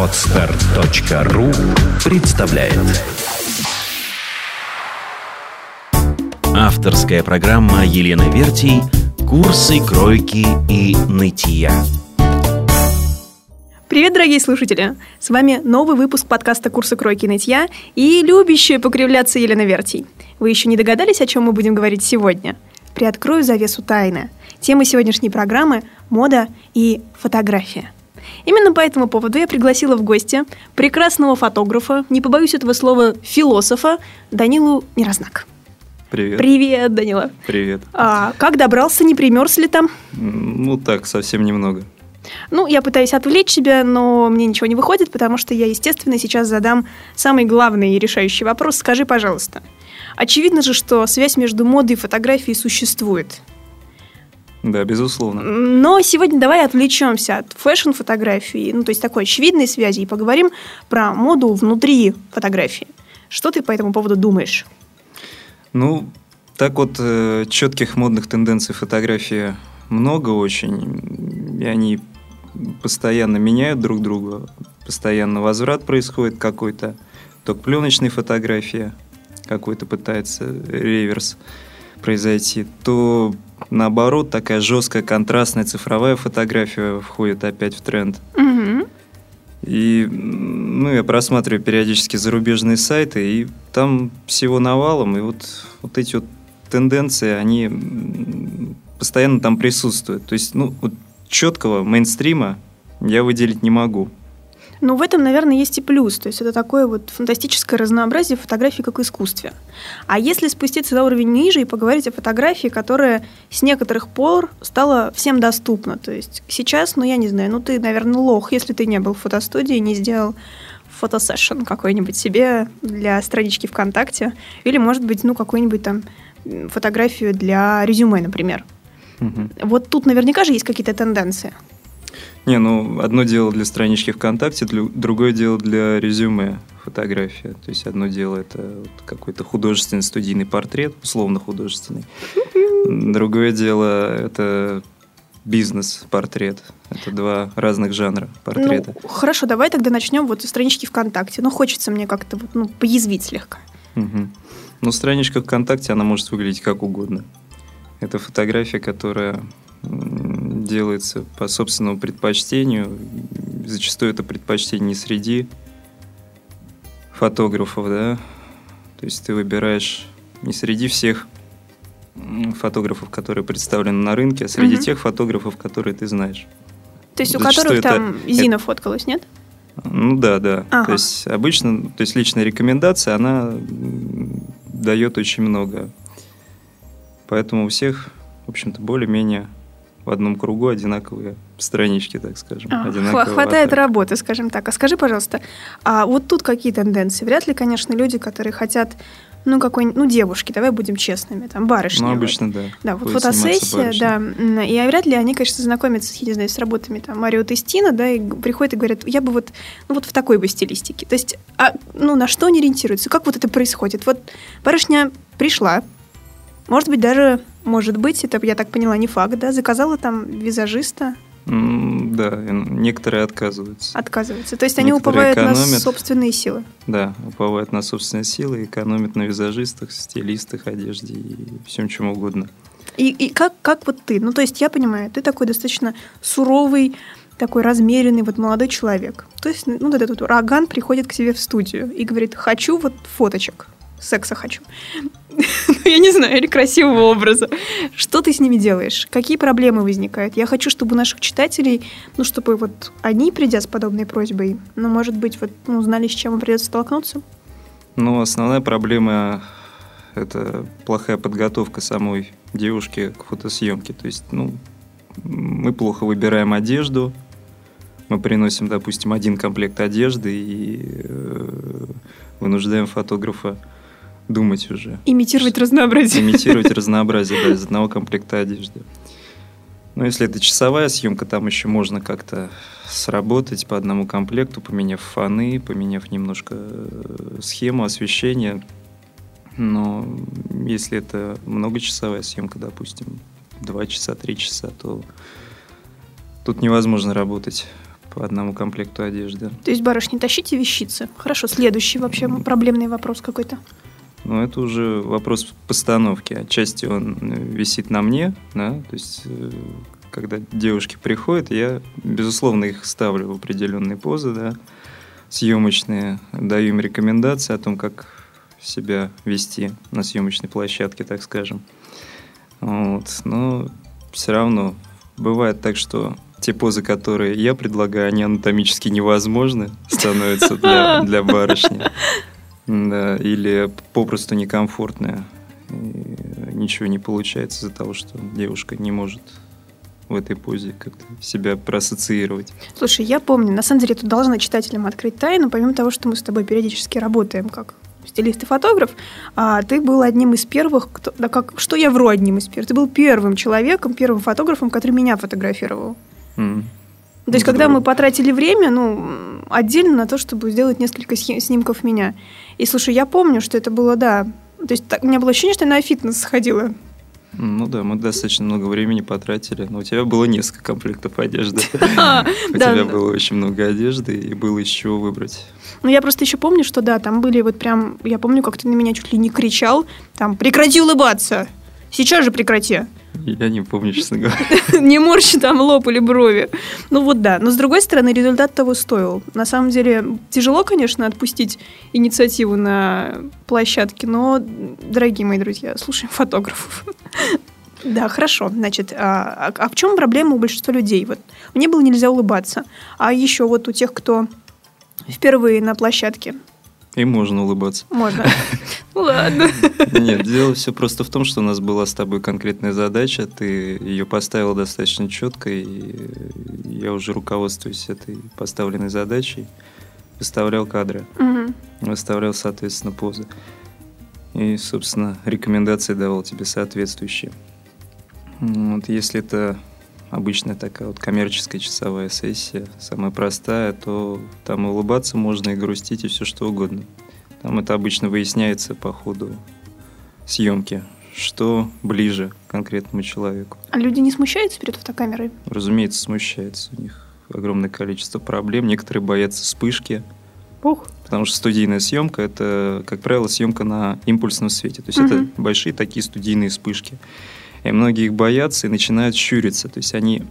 Podster.ru представляет. Авторская программа Елены Вертий «Курсы кройки и нытья». Привет, дорогие слушатели! С вами новый выпуск подкаста «Курсы кройки и нытья» и любящая покривляться Елена Вертий. Вы еще не догадались, о чем мы будем говорить сегодня? Приоткрою завесу тайны. Тема сегодняшней программы – мода и фотография. Именно по этому поводу я пригласила в гости прекрасного фотографа, не побоюсь этого слова, философа, Данилу Мирознак. Привет. Привет, Данила. Привет. Как добрался, не примерз ли там? Ну так, совсем немного. Я пытаюсь отвлечь себя, но мне ничего не выходит, потому что я, естественно, сейчас задам самый главный и решающий вопрос. Скажи, пожалуйста, очевидно же, что связь между модой и фотографией существует. Да, безусловно. Но сегодня давай отвлечемся от фэшн-фотографии, то есть такой очевидной связи, и поговорим про моду внутри фотографии. Что ты по этому поводу думаешь? Так вот, четких модных тенденций фотографии много очень, и они постоянно меняют друг друга, постоянно возврат происходит какой-то, то к пленочной фотографии какой-то пытается реверс произойти, то наоборот такая жесткая контрастная цифровая фотография входит опять в тренд. Угу. И я просматриваю периодически зарубежные сайты, и там всего навалом, и вот эти вот тенденции, они постоянно там присутствуют. То есть, четкого мейнстрима я выделить не могу. В этом, наверное, есть и плюс. То есть это такое вот фантастическое разнообразие фотографий как искусстве. А если спуститься на уровень ниже и поговорить о фотографии, которая с некоторых пор стала всем доступна. То есть сейчас, я не знаю, ты, наверное, лох, если ты не был в фотостудии, не сделал фотосессион какой-нибудь себе для странички ВКонтакте. Или, может быть, какую-нибудь там фотографию для резюме, например. Угу. Вот тут наверняка же есть какие-то тенденции. Одно дело для странички ВКонтакте, другое дело для резюме фотография. То есть одно дело это какой-то художественный студийный портрет, условно художественный. Другое дело это бизнес-портрет. Это два разных жанра портрета. Хорошо, давай тогда начнем со странички ВКонтакте. Хочется мне как-то поязвить слегка. Угу. Страничка ВКонтакте, она может выглядеть как угодно. Это фотография, которая делается по собственному предпочтению. Зачастую это предпочтение не среди фотографов, да. То есть ты выбираешь не среди всех фотографов, которые представлены на рынке, а среди тех фотографов, которые ты знаешь. То есть у которых там Зина фоткалась, нет? Да. Ага. То есть обычно, личная рекомендация, она дает очень много. Поэтому у всех, в общем-то, более-менее в одном кругу одинаковые странички, так скажем. Хватает работы, скажем так. А скажи, пожалуйста, вот тут какие тенденции? Вряд ли, конечно, люди, которые хотят, девушки, давай будем честными, там, барышни. Обычно, да. Да, фотосессия, да. И вряд ли они, конечно, знакомятся, я не знаю, с работами там Марио Тестино, да, и приходят и говорят, я бы в такой бы стилистике. То есть, на что они ориентируются? Как это происходит? Барышня пришла, может быть, это, я так поняла, не факт, да? Заказала там визажиста? Да, некоторые отказываются. То есть они уповают на собственные силы? Да, уповают на собственные силы, экономят на визажистах, стилистах, одежде и всем чем угодно. И как ты? То есть я понимаю, ты такой достаточно суровый, такой размеренный молодой человек. То есть этот ураган приходит к тебе в студию и говорит, хочу фоточек. Секса хочу. Я не знаю, или красивого образа. Что ты с ними делаешь? Какие проблемы возникают? Я хочу, чтобы у наших читателей, чтобы они, придя с подобной просьбой, может быть, знали, с чем им придется столкнуться? Основная проблема – это плохая подготовка самой девушки к фотосъемке. То есть, мы плохо выбираем одежду, мы приносим, допустим, один комплект одежды и вынуждаем фотографа думать уже. Имитировать разнообразие. Имитировать разнообразие, да, из одного комплекта одежды. Если это часовая съемка, там еще можно как-то сработать по одному комплекту, поменяв фоны, поменяв немножко схему освещения. Но если это многочасовая съемка, допустим, 2 часа, 3 часа, то тут невозможно работать по одному комплекту одежды. То есть, барышни, тащите вещицы. Хорошо, следующий вообще проблемный вопрос какой-то. Ну, это уже вопрос постановки. Отчасти он висит на мне, да, то есть, когда девушки приходят, я, безусловно, их ставлю в определенные позы, да, съемочные, даю им рекомендации о том, как себя вести на съемочной площадке, так скажем. Вот. Но все равно бывает так, что те позы, которые я предлагаю, они анатомически невозможны становятся для барышни. Да, или попросту некомфортные. И ничего не получается из-за того, что девушка не может в этой позе как-то себя проассоциировать. Слушай, я помню, на самом деле, тут должна читателям открыть тайну, помимо того, что мы с тобой периодически работаем как стилист и фотограф, ты был одним из первых, что я вру, одним из первых, ты был первым человеком, первым фотографом, который меня фотографировал. То есть, когда мы потратили время, отдельно на то, чтобы сделать несколько снимков меня. И, слушай, я помню, что это было, да. То есть, у меня было ощущение, что я на фитнес сходила. Ну да, мы достаточно много времени потратили. Но у тебя было несколько комплектов одежды. У тебя было очень много одежды, и было из чего выбрать. Ну, я просто еще помню, что да, там были вот прям... Я помню, как ты на меня чуть ли не кричал. Там, прекрати улыбаться! Сейчас же прекрати! Я не помню, честно говоря. Не морщи там лоб или брови. Ну вот да. Но с другой стороны, результат того стоил. На самом деле, тяжело, конечно, отпустить инициативу на площадке, но, дорогие мои друзья, слушаем фотографов. Да, хорошо. Значит, а в чем проблема у большинства людей? Вот мне было нельзя улыбаться. А еще вот у тех, кто впервые на площадке. Им можно улыбаться. Можно. Ладно. Нет, дело все просто в том, что у нас была с тобой конкретная задача, ты ее поставила достаточно четко, и я уже руководствуюсь этой поставленной задачей, выставлял кадры, выставлял, соответственно, позы. И, собственно, рекомендации давал тебе соответствующие. Вот, если это обычная такая вот коммерческая часовая сессия, самая простая, то там и улыбаться можно, и грустить, и все что угодно. Там это обычно выясняется по ходу съемки, что ближе к конкретному человеку. А люди не смущаются перед фотокамерой? Разумеется, смущаются. У них огромное количество проблем. Некоторые боятся вспышки. Потому что студийная съемка – это, как правило, съемка на импульсном свете. То есть это большие такие студийные вспышки. И многие их боятся и начинают щуриться. То есть они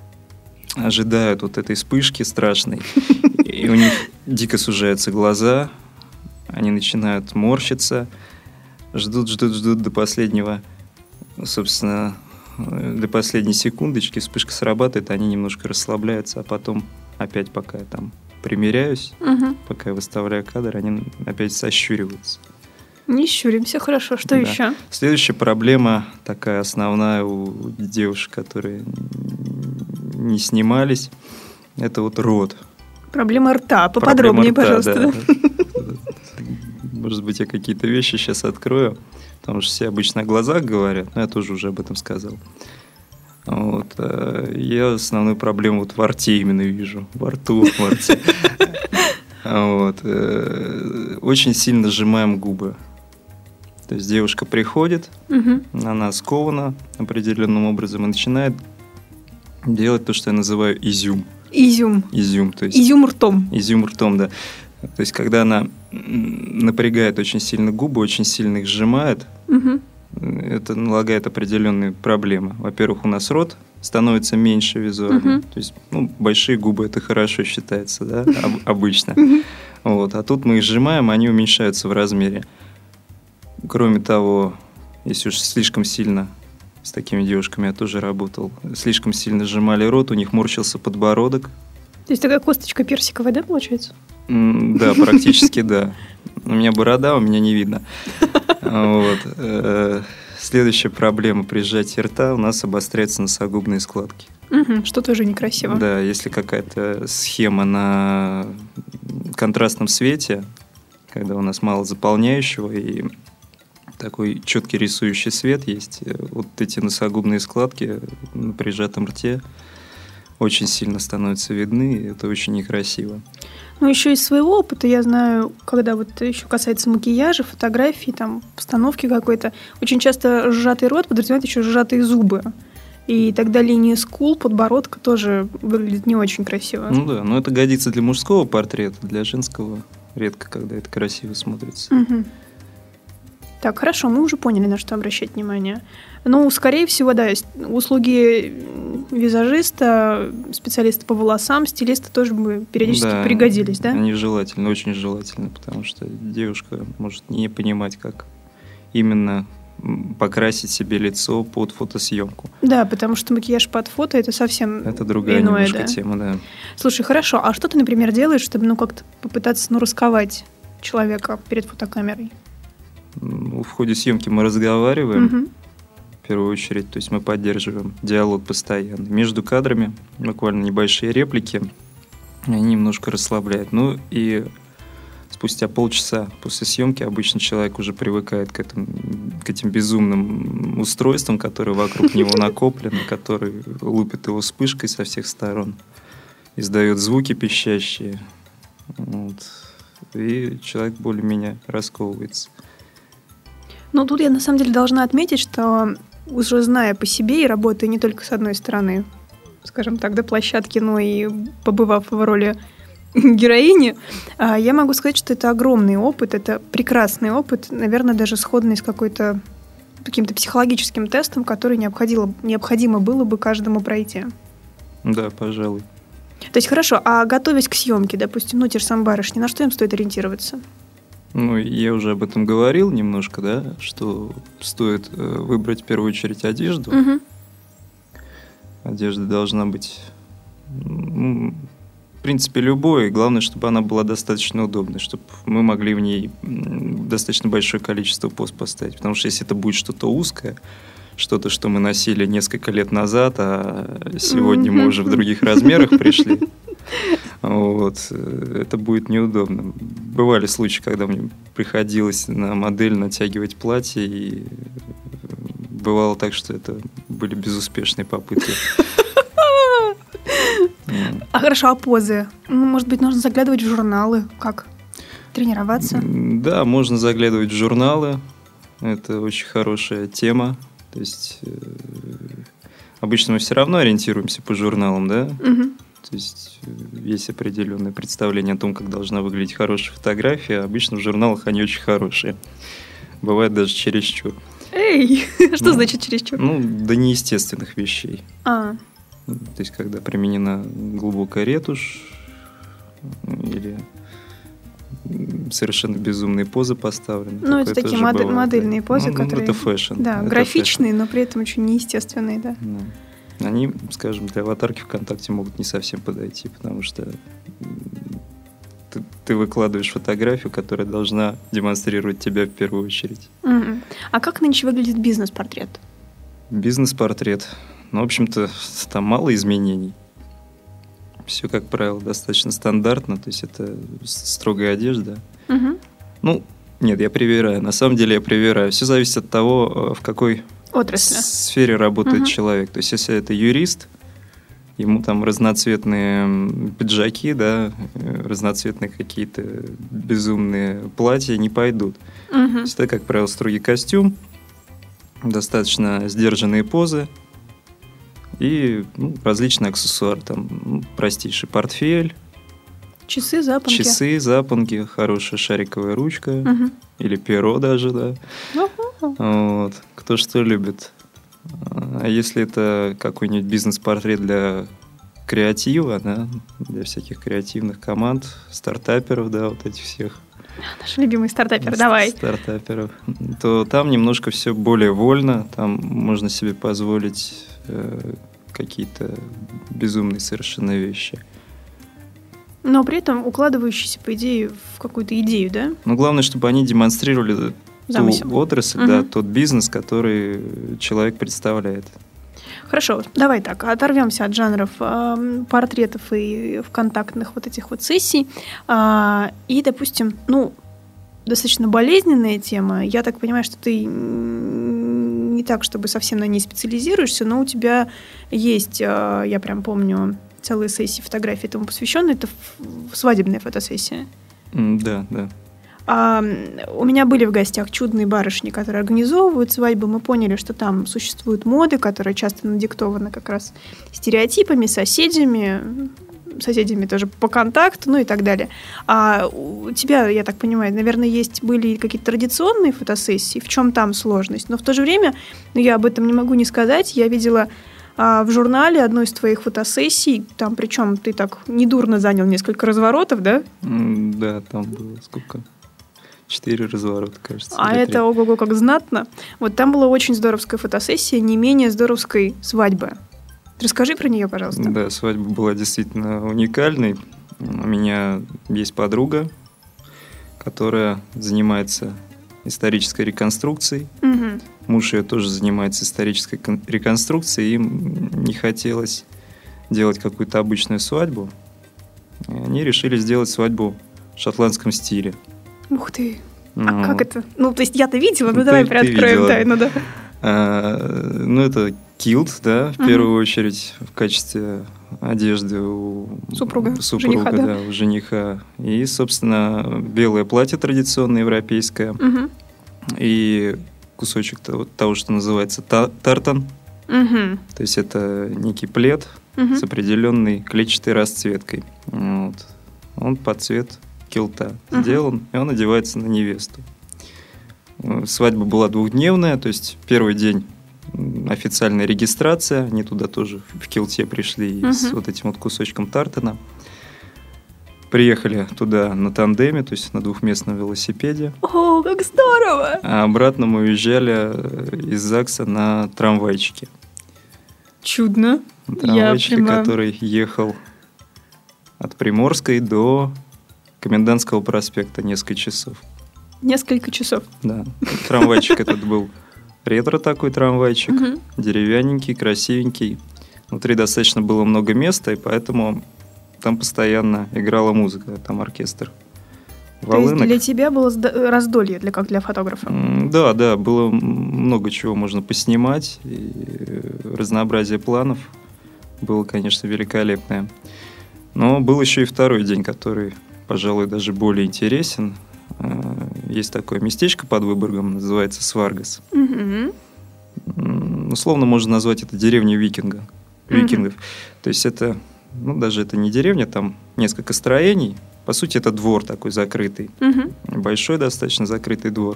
ожидают вот этой вспышки страшной. И у них дико сужаются глаза. Они начинают морщиться. Ждут до последнего, собственно, до последней секундочки. Вспышка срабатывает, они немножко расслабляются. А потом опять, пока я там примеряюсь, пока я выставляю кадр, они опять сощуриваются. Не щуримся, хорошо. Что еще? Следующая проблема, такая основная у девушек, которые не снимались, это вот рот. Проблема рта. Поподробнее, пожалуйста. Да. Может быть, я какие-то вещи сейчас открою, потому что все обычно о глазах говорят, но я тоже уже об этом сказал. Вот. Я основную проблему вот во рте именно вижу. Во рту, во рте. Вот. Очень сильно сжимаем губы. То есть девушка приходит, она скована определенным образом и начинает делать то, что я называю изюм. Изюм. То есть изюм ртом. Изюм ртом, да. То есть когда она напрягает очень сильно губы, очень сильно их сжимает, это налагает определенные проблемы. Во-первых, у нас рот становится меньше визуально. То есть, большие губы это хорошо считается, да, обычно. Вот. А тут мы их сжимаем, они уменьшаются в размере. Кроме того, если уж слишком сильно, с такими девушками я тоже работал, слишком сильно сжимали рот, у них морщился подбородок. То есть такая косточка персиковая, да, получается? Да, практически да. У меня борода, у меня не видно. Вот. Следующая проблема при сжатии рта у нас обостряются носогубные складки. Что тоже некрасиво. Да, если какая-то схема на контрастном свете, когда у нас мало заполняющего и такой четкий рисующий свет есть, вот эти носогубные складки на прижатом рте очень сильно становятся видны, и это очень некрасиво. Ну, еще из своего опыта я знаю, когда вот еще касается макияжа, фотографий, там, постановки какой-то, очень часто сжатый рот подразумевает еще сжатые зубы. и тогда линии скул, подбородка тоже выглядит не очень красиво. Ну да, но это годится для мужского портрета, для женского редко, когда это красиво смотрится. Угу. Так, хорошо, мы уже поняли, на что обращать внимание. Ну, скорее всего, да, услуги визажиста, специалиста по волосам, стилиста тоже бы периодически пригодились, да? Они желательно, очень желательно, потому что девушка может не понимать, как именно покрасить себе лицо под фотосъемку. Да, потому что макияж под фото — это совсем это другая иное, немножко тема, да. Слушай, хорошо, а что ты, например, делаешь, чтобы, как-то попытаться, расковать человека перед фотокамерой? В ходе съемки мы разговариваем, в первую очередь, то есть мы поддерживаем диалог постоянно. Между кадрами буквально небольшие реплики, они немножко расслабляют. Ну и спустя полчаса после съемки обычно человек уже привыкает к этим безумным устройствам, которые вокруг него накоплены, которые лупят его вспышкой со всех сторон, издает звуки пищащие. И человек более-менее расковывается. Ну, тут я на самом деле должна отметить, что уже зная по себе и работая не только с одной стороны, скажем так, до площадки, но и побывав в роли героини, я могу сказать, что это огромный опыт, это прекрасный опыт, наверное, даже сходный с каким-то психологическим тестом, который необходимо было бы каждому пройти. Да, пожалуй. То есть, хорошо, а готовясь к съемке, допустим, те же самые барышни, на что им стоит ориентироваться? Ну, я уже об этом говорил немножко, да, что стоит выбрать в первую очередь одежду. Угу. Одежда должна быть, в принципе, любой. Главное, чтобы она была достаточно удобной, чтобы мы могли в ней достаточно большое количество поз поставить. Потому что если это будет что-то узкое, что-то, что мы носили несколько лет назад, а сегодня мы уже в других размерах пришли, это будет неудобно. Бывали случаи, когда мне приходилось на модель натягивать платье, и бывало так, что это были безуспешные попытки. А хорошо, а позы? Может быть, нужно заглядывать в журналы? Как? Тренироваться? Да, можно заглядывать в журналы. Это очень хорошая тема. То есть обычно мы все равно ориентируемся по журналам, да? Угу. То есть есть определенное представление о том, как должна выглядеть хорошая фотография. Обычно в журналах они очень хорошие. Бывает даже чересчур. Эй, что значит чересчур? До неестественных вещей. То есть когда применена глубокая ретушь или совершенно безумные позы поставлены. Это такие модельные позы, которые... Это фэшн. Да, графичные, но при этом очень неестественные, да. Они, скажем, для аватарки ВКонтакте могут не совсем подойти, потому что ты выкладываешь фотографию, которая должна демонстрировать тебя в первую очередь. А как нынче выглядит бизнес-портрет? Бизнес-портрет? В общем-то, там мало изменений. Все, как правило, достаточно стандартно, то есть это строгая одежда. Нет, я привираю. На самом деле я привираю. Все зависит от того, в какой сфере работает человек. То есть если это юрист, ему там разноцветные пиджаки, да, разноцветные какие-то безумные платья не пойдут. То есть это, как правило, строгий костюм, достаточно сдержанные позы и различные аксессуары. Там простейший портфель, часы, запонки, хорошая шариковая ручка или перо даже, да. Кто что любит. А если это какой-нибудь бизнес-портрет для креатива, да, для всяких креативных команд, стартаперов, да, этих всех. Наши любимые стартаперы, давай. Стартаперов. То там немножко все более вольно, там можно себе позволить какие-то безумные совершенно вещи. Но при этом укладывающиеся, по идее, в какую-то идею, да? Главное, чтобы они демонстрировали замысел. Ту отрасль, да, тот бизнес, который человек представляет. Хорошо, давай так, оторвемся от жанров портретов и вконтактных этих сессий. И, допустим, достаточно болезненная тема. Я так понимаю, что ты не так, чтобы совсем на ней специализируешься, но у тебя есть, я прям помню, целые сессии фотографий этому посвященные. Это свадебная фотосессия. Да. У меня были в гостях чудные барышни, которые организовывают свадьбы. Мы поняли, что там существуют моды, которые часто надиктованы как раз стереотипами, соседями тоже по контакту, ну и так далее. А у тебя, я так понимаю, наверное, были какие-то традиционные фотосессии, в чем там сложность? Но в то же время, я об этом не могу не сказать, я видела в журнале одну из твоих фотосессий, там причем ты так недурно занял несколько разворотов, да? Да, там было сколько? 4 разворота, кажется. А это 3. Ого-го, как знатно. Вот там была очень здоровская фотосессия, не менее здоровской свадьбы. Расскажи про нее, пожалуйста. Да, свадьба была действительно уникальной. У меня есть подруга, которая занимается исторической реконструкцией. Угу. Муж ее тоже занимается исторической реконструкцией. Им не хотелось делать какую-то обычную свадьбу. И они решили сделать свадьбу в шотландском стиле. Ух ты! А как это? Ну, то есть я-то видела, но давай приоткроем тайну, да. Это килт, да, в первую очередь в качестве одежды у супруга жениха, да? У жениха. И, собственно, белое платье традиционное европейское. Угу. И кусочек того, что называется тартан. Угу. То есть это некий плед с определенной клетчатой расцветкой. Вот. Он под цвет килта сделан, и он одевается на невесту. Свадьба была 2-дневная, то есть первый день официальная регистрация, они туда тоже в килте пришли с вот этим вот кусочком тартана. Приехали туда на тандеме, то есть на 2-местном велосипеде. О, как здорово! А обратно мы уезжали из ЗАГСа на трамвайчике. Чудно. Трамвайчике, который ехал от Приморской до Комендантского проспекта несколько часов. Несколько часов? Да. Трамвайчик этот был ретро такой трамвайчик, деревянненький, красивенький. Внутри достаточно было много места, и поэтому там постоянно играла музыка, там оркестр волынок. То есть для тебя было раздолье, как для фотографа? Да, было много чего можно поснимать, и разнообразие планов было, конечно, великолепное. Но был еще и второй день, который, пожалуй, даже более интересен. Есть такое местечко под Выборгом, называется Сваргас. Условно можно назвать это деревней викингов. То есть это, даже это не деревня, там несколько строений. По сути, это двор такой закрытый. Большой достаточно закрытый двор.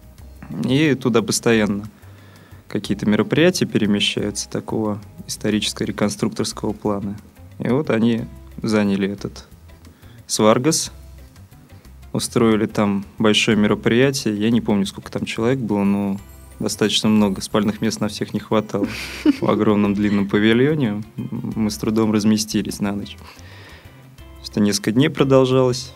И туда постоянно какие-то мероприятия перемещаются такого историческо-реконструкторского плана. И вот они заняли этот Сваргас, устроили там большое мероприятие. Я не помню, сколько там человек было, но достаточно много. Спальных мест на всех не хватало. В огромном длинном павильоне мы с трудом разместились на ночь. Это несколько дней продолжалось.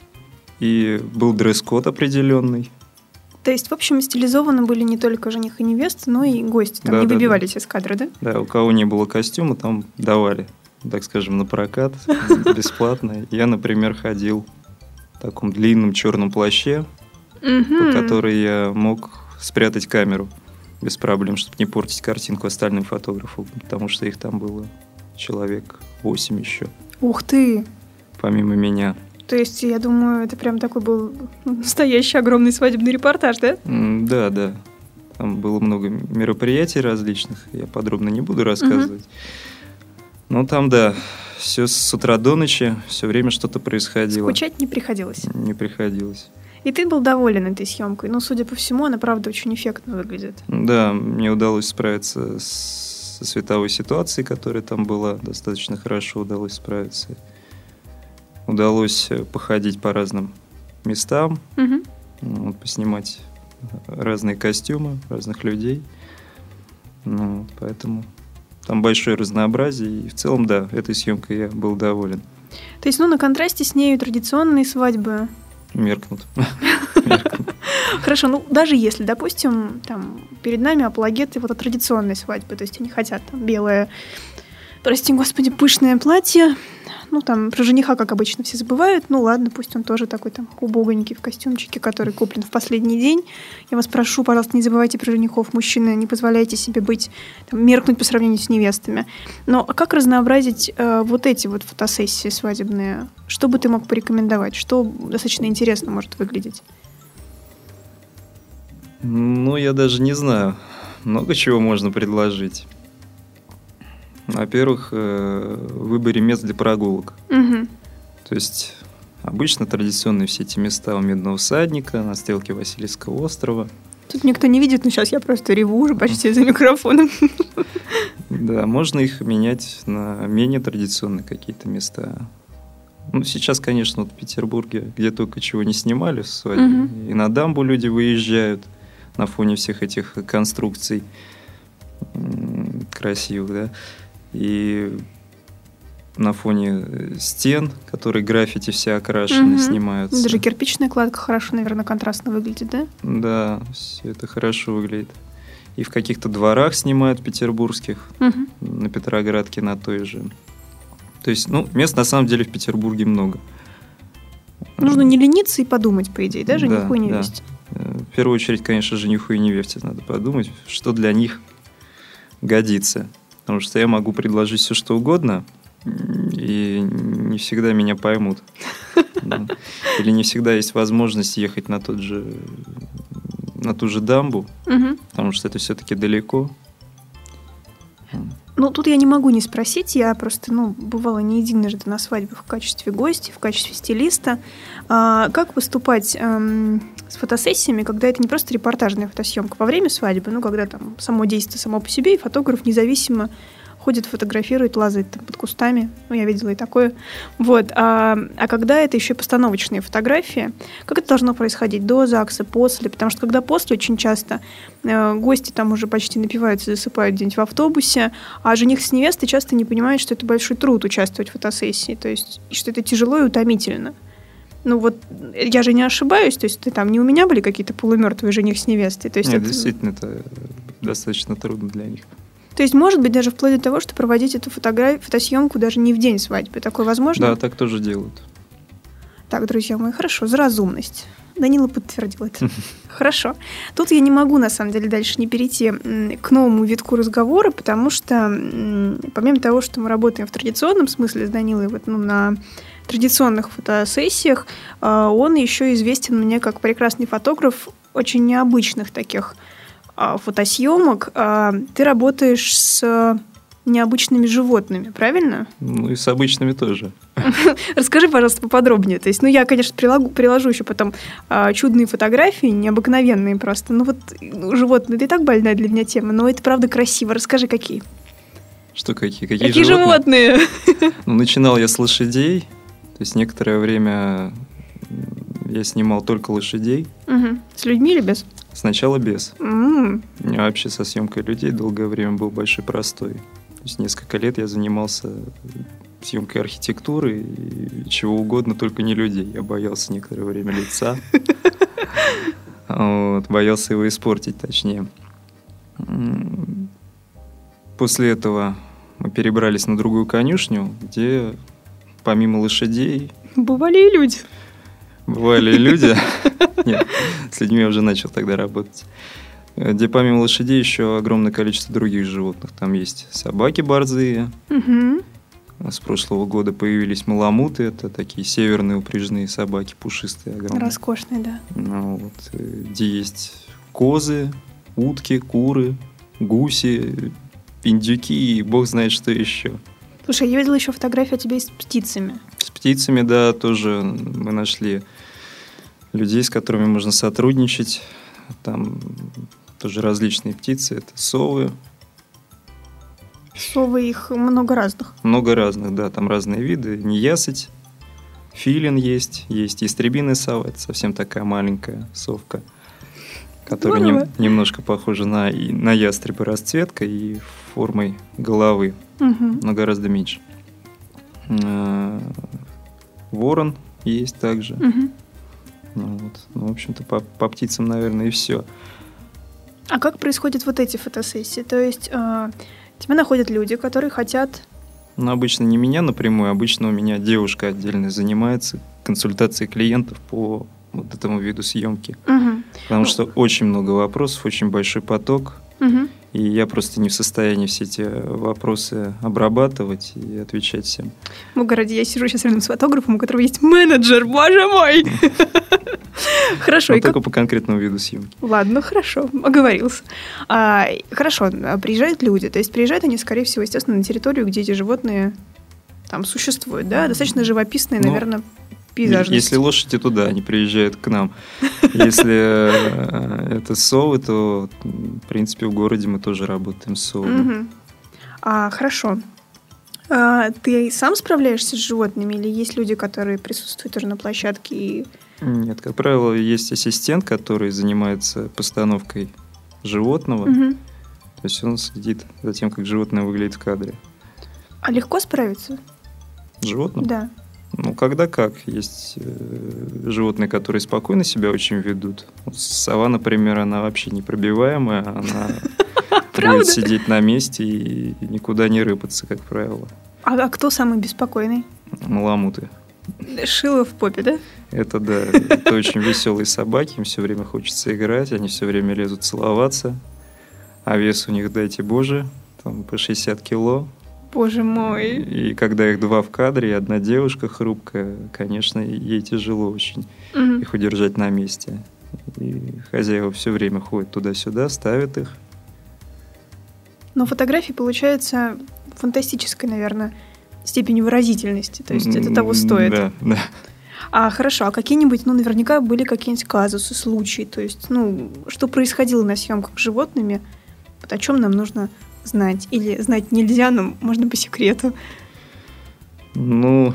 И был дресс-код определенный. То есть, в общем, стилизованы были не только жених и невеста, но и гости. Там не выбивались из кадра, да? Да, у кого не было костюма, там давали, так скажем, на прокат бесплатно. Я, например, ходил в таком длинном черном плаще, под который я мог спрятать камеру без проблем, чтобы не портить картинку остальным фотографам, потому что их там было человек 8 еще. Ух ты! Помимо меня. То есть, я думаю, это прям такой был настоящий огромный свадебный репортаж, да? Да. Там было много мероприятий различных, я подробно не буду рассказывать. Но там, да, все с утра до ночи, все время что-то происходило. Скучать не приходилось? Не приходилось. И ты был доволен этой съемкой? Ну, судя по всему, она, правда, очень эффектно выглядит. Да, мне удалось справиться со световой ситуацией, которая там была. Достаточно хорошо удалось справиться. Удалось походить по разным местам, поснимать разные костюмы, разных людей. Поэтому там большое разнообразие. И в целом, да, этой съемкой я был доволен. То есть, на контрасте с нею традиционные свадьбы меркнут. Хорошо, даже если, допустим, там перед нами апологеты традиционной свадьбы, то есть они хотят белое прости господи, пышное платье. Ну, там, про жениха, как обычно, все забывают. Ну, ладно, пусть он тоже такой там убогонький в костюмчике, который куплен в последний день. Я вас прошу, пожалуйста, не забывайте про женихов. Мужчины, не позволяйте себе быть, там, меркнуть по сравнению с невестами. Но как разнообразить вот эти вот фотосессии свадебные? Что бы ты мог порекомендовать? Что достаточно интересно может выглядеть? Ну, я даже не знаю. Много чего можно предложить. Во-первых, в выборе мест для прогулок. Угу. То есть обычно традиционные все эти места у Медного всадника, на стрелке Васильевского острова. Тут никто не видит, но сейчас я просто реву уже почти за микрофоном. Да, можно их менять на менее традиционные какие-то места. Ну, сейчас, конечно, вот в Петербурге, где только чего не снимали в свадьбе, и на дамбу люди выезжают на фоне всех этих конструкций красивых, да. И на фоне стен, которые граффити все окрашены, снимаются. Даже кирпичная кладка хорошо, наверное, контрастно выглядит, да? Да, все это хорошо выглядит. И в каких-то дворах снимают петербургских, на Петроградке, на той же. То есть, ну, мест на самом деле в Петербурге много. Нужно не лениться и подумать, по идее, да, жениху и невесте? Да. В первую очередь, конечно, жениху и невесте надо подумать, что для них годится. Потому что я могу предложить все, что угодно, и не всегда меня поймут. Или не всегда есть возможность ехать на ту же дамбу, потому что это все-таки далеко. Ну, тут я не могу не спросить, я просто, бывала не единожды на свадьбах в качестве гостя, в качестве стилиста. Как поступать с фотосессиями, когда это не просто репортажная фотосъемка во время свадьбы, когда там само действие само по себе, и фотограф независимо ходит, фотографирует, лазает там под кустами. Я видела и такое. Вот. А когда это еще и постановочные фотографии, как это должно происходить? До ЗАГСа, после? Потому что когда после, очень часто гости там уже почти напиваются, засыпают где-нибудь в автобусе, а жених с невестой часто не понимают, что это большой труд участвовать в фотосессии, то есть, и что это тяжело и утомительно. Я же не ошибаюсь, то есть там не у меня были какие-то полумертвые жених с невестой? То есть Нет, действительно, это достаточно трудно для них. То есть, может быть, даже вплоть до того, что проводить эту фотосъемку даже не в день свадьбы. Такое возможно? Да, так тоже делают. Так, друзья мои, хорошо, за разумность. Данила подтвердил это. Хорошо. Тут я не могу, на самом деле, дальше не перейти к новому витку разговора, потому что, помимо того, что мы работаем в традиционном смысле с Данилой, на традиционных фотосессиях, он еще известен мне как прекрасный фотограф очень необычных таких фотосъемок. Ты работаешь с необычными животными, правильно? И с обычными тоже. Расскажи, пожалуйста, поподробнее. То есть, я, конечно, приложу еще потом чудные фотографии, необыкновенные просто. Животные, это и так больная для меня тема, но это правда красиво. Расскажи, какие? Что какие? Какие животные? Начинал я с лошадей. То есть некоторое время я снимал только лошадей. С людьми или без? Сначала без. Вообще со съемкой людей долгое время был большой простой. То есть несколько лет я занимался съемкой архитектуры и чего угодно, только не людей. Я боялся некоторое время лица. Боялся его испортить, точнее. После этого мы перебрались на другую конюшню, где помимо лошадей... Бывали и люди. Бывали и люди. Нет, с людьми я уже начал тогда работать. Где помимо лошадей еще огромное количество других животных. Там есть собаки борзые. С прошлого года появились маламуты. Это такие северные упряжные собаки, пушистые, огромные. Роскошные, да. Где есть козы, утки, куры, гуси, индюки и бог знает что еще. Слушай, я видела еще фотографию о тебе с птицами. С птицами, да, тоже мы нашли людей, с которыми можно сотрудничать. Там тоже различные птицы. Это совы. Совы, их много разных. Много разных, да. Там разные виды. Неясыть, филин есть ястребиная сова. Это совсем такая маленькая совка, которая немножко похожа на ястреба расцветкой и формой головы, но гораздо меньше. Ворон есть также. В общем-то, по птицам, наверное, и все. А как происходят вот эти фотосессии? То есть тебя находят люди, которые хотят Но обычно не меня напрямую, обычно у меня девушка отдельно занимается консультацией клиентов по вот этому виду съемки. Мгм. Потому что очень много вопросов, очень большой поток. Мгм. И я просто не в состоянии все эти вопросы обрабатывать и отвечать всем. Бога ради, я сижу сейчас рядом с фотографом, у которого есть менеджер, боже мой! Хорошо. Но и как- только по конкретному виду съемки. Ладно, хорошо, оговорился. Хорошо, приезжают люди, то есть приезжают они, скорее всего, естественно, на территорию, где эти животные там существуют, да? Достаточно живописные, Ну, наверное, пейзажности. Если лошади, то да, они приезжают к нам. Если это совы, то, в принципе, в городе мы тоже работаем с совами. Мгм. Хорошо. Ты сам справляешься с животными или есть люди, которые присутствуют тоже на площадке? Нет, как правило, есть ассистент, который занимается постановкой животного. Мгм. То есть он следит за тем, как животное выглядит в кадре. А легко справиться? Животное? Да. Ну, когда как. Есть животные, которые спокойно себя очень ведут. Вот сова, например, она вообще непробиваемая. Она Правда? будет сидеть на месте и никуда не рыпаться, как правило. А кто самый беспокойный? Маламуты. Шило в попе, да? Это да, это очень веселые собаки, им все время хочется играть, они все время лезут целоваться, а вес у них, дайте боже, там по 60 кило. Боже мой. И когда их два в кадре, и одна девушка хрупкая, конечно, ей тяжело очень Мгм. их удержать на месте. И хозяева все время ходят туда-сюда, ставят их. Но фотографии получается фантастической, наверное, степени выразительности. То есть это того стоит. Да, да. Хорошо, а какие-нибудь, наверняка были какие-нибудь казусы, случаи, то есть, что происходило на съемках с животными, вот о чем нам нужно знать? Или знать нельзя, но можно по секрету. Ну,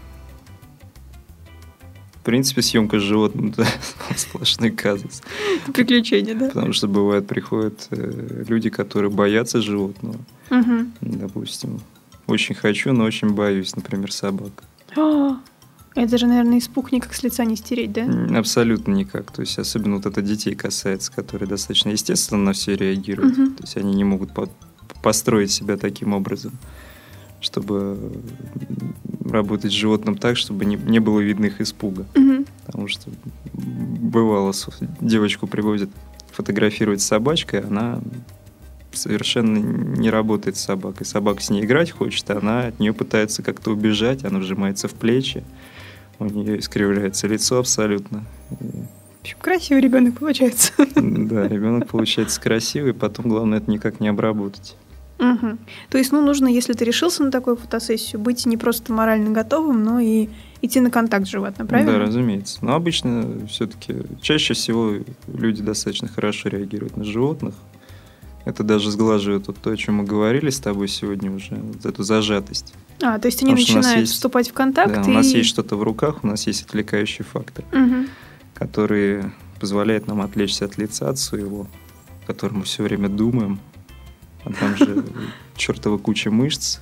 в принципе, съемка с животным — это сплошной казус. Приключения, да? Потому что бывает, приходят люди, которые боятся животного. Мгм. Допустим, очень хочу, но очень боюсь, например, собак. Это же, наверное, испуг никак с лица не стереть, да? Абсолютно никак. То есть, особенно вот это детей касается, которые достаточно естественно на все реагируют. Мгм. То есть, они не могут построить себя таким образом, чтобы работать с животным так, чтобы не было видно их испуга. Мгм. Потому что бывало, девочку привозят фотографировать с собачкой, она совершенно не работает с собакой. Собака с ней играть хочет, а она от нее пытается как-то убежать, она вжимается в плечи, у нее искривляется лицо абсолютно. В общем, красивый ребенок получается. Да, ребенок получается красивый, потом главное это никак не обработать. Мгм. То есть, нужно, если ты решился на такую фотосессию, быть не просто морально готовым, но и идти на контакт с животным, правильно? Да, разумеется. Но обычно все-таки чаще всего люди достаточно хорошо реагируют на животных. Это даже сглаживает вот то, о чем мы говорили с тобой сегодня уже, вот эту зажатость. То есть они Потому что у нас начинают есть- вступать в контакт. Да, у нас есть что-то в руках, у нас есть отвлекающий фактор, Мгм. который позволяет нам отвлечься от лица, от своего, о котором мы все время думаем. А там же чертова куча мышц.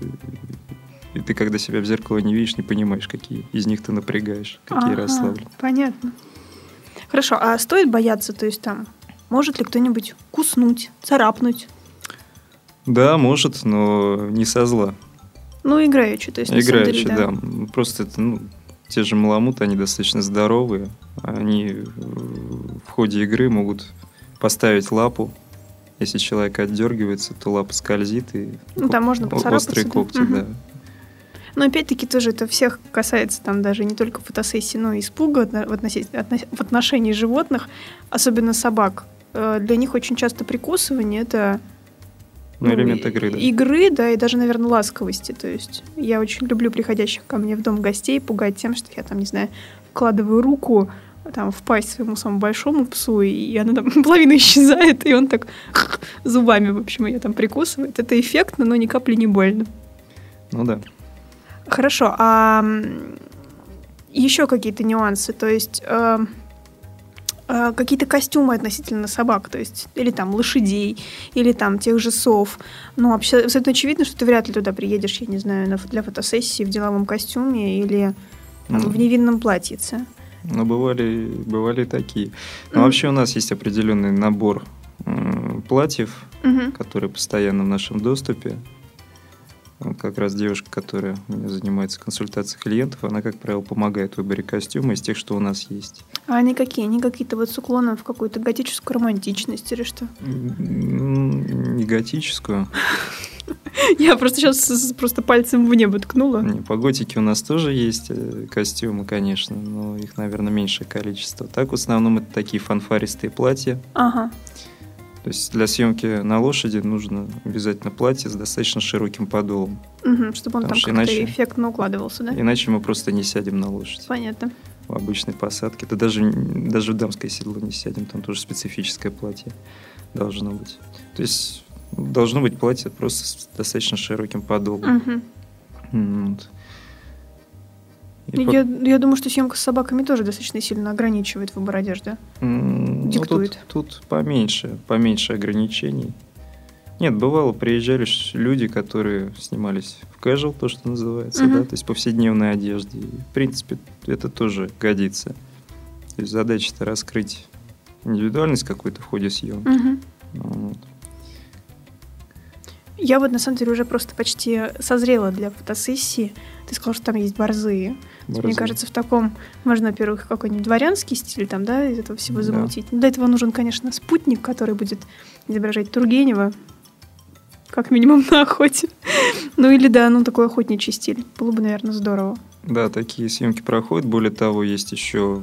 И ты, когда себя в зеркало не видишь, не понимаешь, какие из них ты напрягаешь, какие Ага, расслаблены. понятно. Хорошо, а стоит бояться, то есть там, может ли кто-нибудь куснуть, царапнуть? Да, может, но не со зла. Играючи, то есть на самом деле, Играючи, да. Просто это, те же маламуты, они достаточно здоровые. Они в ходе игры могут поставить лапу. Если человек отдергивается, то лапа скользит, и там можно поцарапаться, острые да. когти, Мгм. да. Но опять-таки тоже это всех касается там даже не только фотосессии, но и испуга в отношении животных, особенно собак. Для них очень часто прикусывание — это Элемент игры, да. игры, да, и даже, наверное, ласковости. То есть я очень люблю приходящих ко мне в дом гостей пугать тем, что я там, не знаю, вкладываю руку там в пасть своему самому большому псу, и она там половина исчезает, и он так зубами, в общем, ее там прикусывает. Это эффектно, но ни капли не больно. Ну да. Хорошо, а еще какие-то нюансы, то есть какие-то костюмы относительно собак, то есть или там лошадей, или там тех же сов. Абсолютно очевидно, что ты вряд ли туда приедешь, я не знаю, для фотосессии в деловом костюме или там, в невинном платьице. Бывали и такие. Но вообще у нас есть определенный набор платьев, Мгм. которые постоянно в нашем доступе. Вот как раз девушка, которая у меня занимается консультацией клиентов, она, как правило, помогает в выборе костюма из тех, что у нас есть. А они какие? Они какие-то вот с уклоном в какую-то готическую романтичность или что? Не готическую. Я просто сейчас просто пальцем в небо ткнула. Не, по готике у нас тоже есть костюмы, конечно, но их, наверное, меньшее количество. Так, в основном, это такие фанфаристые платья. Ага. То есть для съемки на лошади нужно обязательно платье с достаточно широким подолом. Угу, чтобы он Потому там что как-то иначе- эффектно укладывался, да? Иначе мы просто не сядем на лошадь Понятно. в обычной посадке. Да даже в дамское седло не сядем, там тоже специфическое платье должно быть. То есть должно быть платье просто с достаточно широким подолом. Угу. Вот. И Я думаю, что съемка с собаками тоже достаточно сильно ограничивает выбор одежды. Ну, диктует. Тут поменьше ограничений. Нет, бывало, приезжали люди, которые снимались в casual, то, что называется, Мгм. да, то есть повседневной одежде. И, в принципе, это тоже годится. То есть задача-то раскрыть индивидуальность какую-то в ходе съемки. Угу. Вот. Я вот на самом деле уже просто почти созрела для фотосессии. Ты сказал, что там есть борзые. Мне Борзые. кажется, в таком можно, во-первых, какой-нибудь дворянский стиль там, да, из этого всего Да. замутить. Но для этого нужен, конечно, спутник, который будет изображать Тургенева, как минимум на охоте. Ну или да, ну такой охотничий стиль. Было бы, наверное, здорово. Да, такие съемки проходят. Более того, есть еще,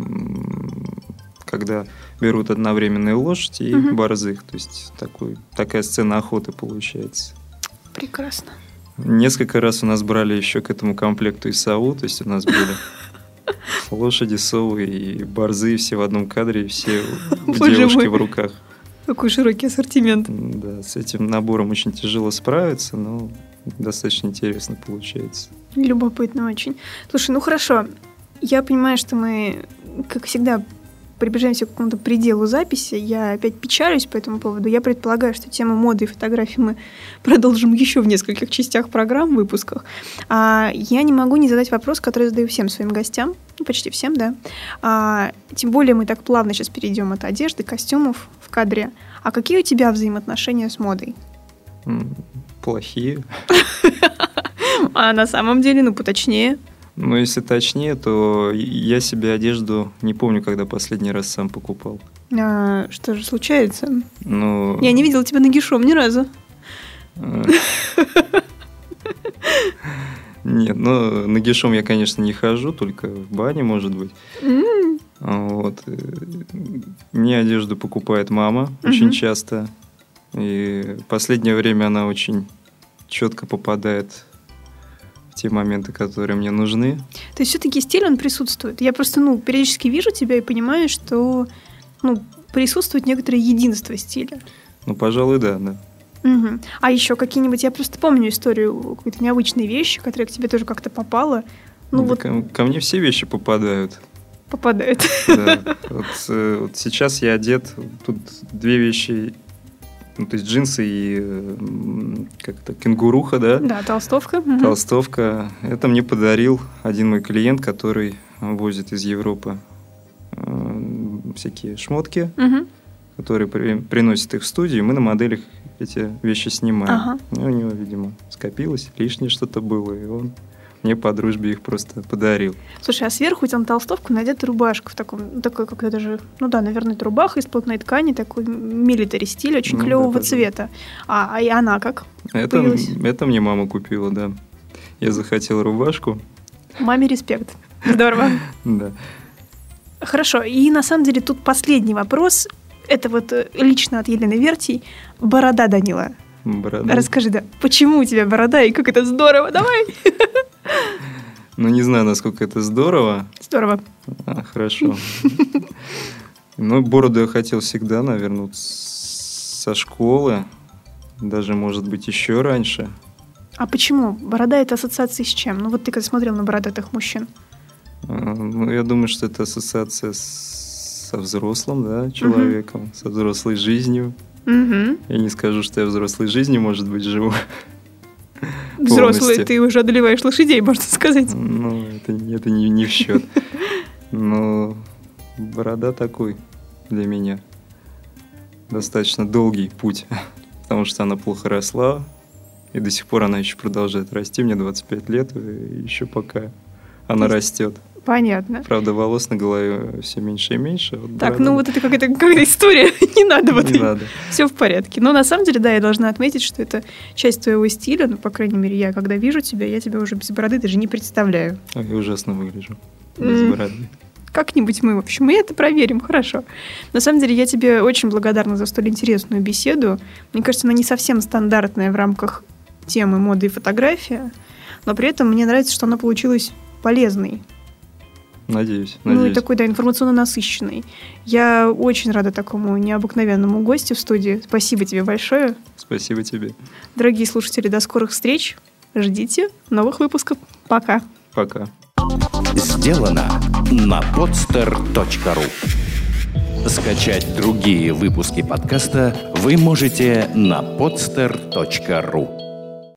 когда берут одновременные лошади и Мгм. борзых. То есть такая сцена охоты получается. Прекрасно. Несколько раз у нас брали еще к этому комплекту и сову, то есть у нас были лошади, совы и борзы все в одном кадре, и все у Боже девушки мой. в руках. Какой широкий ассортимент. Да, с этим набором очень тяжело справиться, но достаточно интересно получается. Любопытно очень. Слушай, ну хорошо. Я понимаю, что мы, как всегда, приближаемся к какому-то пределу записи. Я опять печалюсь по этому поводу. Я предполагаю, что тему моды и фотографии мы продолжим еще в нескольких частях программ, выпусках. Я не могу не задать вопрос, который задаю всем своим гостям. Ну, почти всем, да. Тем более мы так плавно сейчас перейдем от одежды, костюмов в кадре. А какие у тебя взаимоотношения с модой? Плохие. А на самом деле, ну, поточнее. Но если точнее, то я себе одежду не помню, когда последний раз сам покупал. Что же случается? Но... Я не видела тебя нагишом ни разу. Нет, ну, нагишом я, конечно, не хожу, только в бане, может быть. Вот. Мне одежду покупает мама очень часто. И в последнее время она очень четко попадает в те моменты, которые мне нужны. То есть все-таки стиль, он присутствует. Я просто, периодически вижу тебя и понимаю, что, присутствует некоторое единство стиля. Ну, пожалуй, да. Угу. А еще какие-нибудь, я просто помню историю какой-то необычной вещи, которая к тебе тоже как-то попала. Да, ко мне все вещи попадают. Попадает. Да. Вот сейчас я одет, тут две вещи, то есть джинсы и как-то кенгуруха, да? Да, толстовка. Толстовка. Это мне подарил один мой клиент, который возит из Европы всякие шмотки, которые приносят их в студию, и мы на моделях эти вещи снимаем. Ага. И у него, видимо, скопилось, лишнее что-то было, и он мне по дружбе их просто подарил. Слушай, а сверху у тебя на толстовку надета рубашка в такой, как даже, наверное, это рубаха из плотной ткани, такой милитари стиль, очень клевого цвета. И она как появилась? Это мне мама купила, да. Я захотел рубашку. Маме респект. Здорово. Да. Хорошо, и на самом деле тут последний вопрос. Это вот лично от Елены Вертий. Борода, Данила. Борода. Расскажи, да, почему у тебя борода и как это здорово? Давай! Ну, не знаю, насколько это здорово. Здорово. Хорошо. Ну, бороду я хотел всегда, наверное, со школы. Даже, может быть, еще раньше. А почему? Борода — это ассоциация с чем? Ну, вот ты когда смотрел на бородатых мужчин. Ну, я думаю, что это ассоциация со взрослым, да, человеком, со взрослой жизнью. Я не скажу, что я взрослой жизнью, может быть, живу. Взрослый, ты уже одолеваешь лошадей, можно сказать. Ну, это не в счет. Но борода такой для меня. Достаточно долгий путь, потому что она плохо росла. И до сих пор она еще продолжает расти. Мне 25 лет, и еще пока она растет. Понятно. Правда, волос на голове все меньше и меньше. Вот так, борода... ну вот это какая-то история. Не надо вот. Не надо. Все в порядке. Но на самом деле, да, я должна отметить, что это часть твоего стиля. Ну, по крайней мере, я когда вижу тебя, я тебя уже без бороды даже не представляю. Ой, я ужасно выгляжу. Без бороды. Как-нибудь мы, в общем, мы это проверим, хорошо. На самом деле, я тебе очень благодарна за столь интересную беседу. Мне кажется, она не совсем стандартная в рамках темы моды и фотография, но при этом мне нравится, что она получилась полезной. Надеюсь. Ну и такой, да, информационно насыщенный. Я очень рада такому необыкновенному гостю в студии. Спасибо тебе большое. Спасибо тебе. Дорогие слушатели, до скорых встреч. Ждите новых выпусков. Пока. Пока. Сделано на podster.ru. Скачать другие выпуски подкаста вы можете на podster.ru.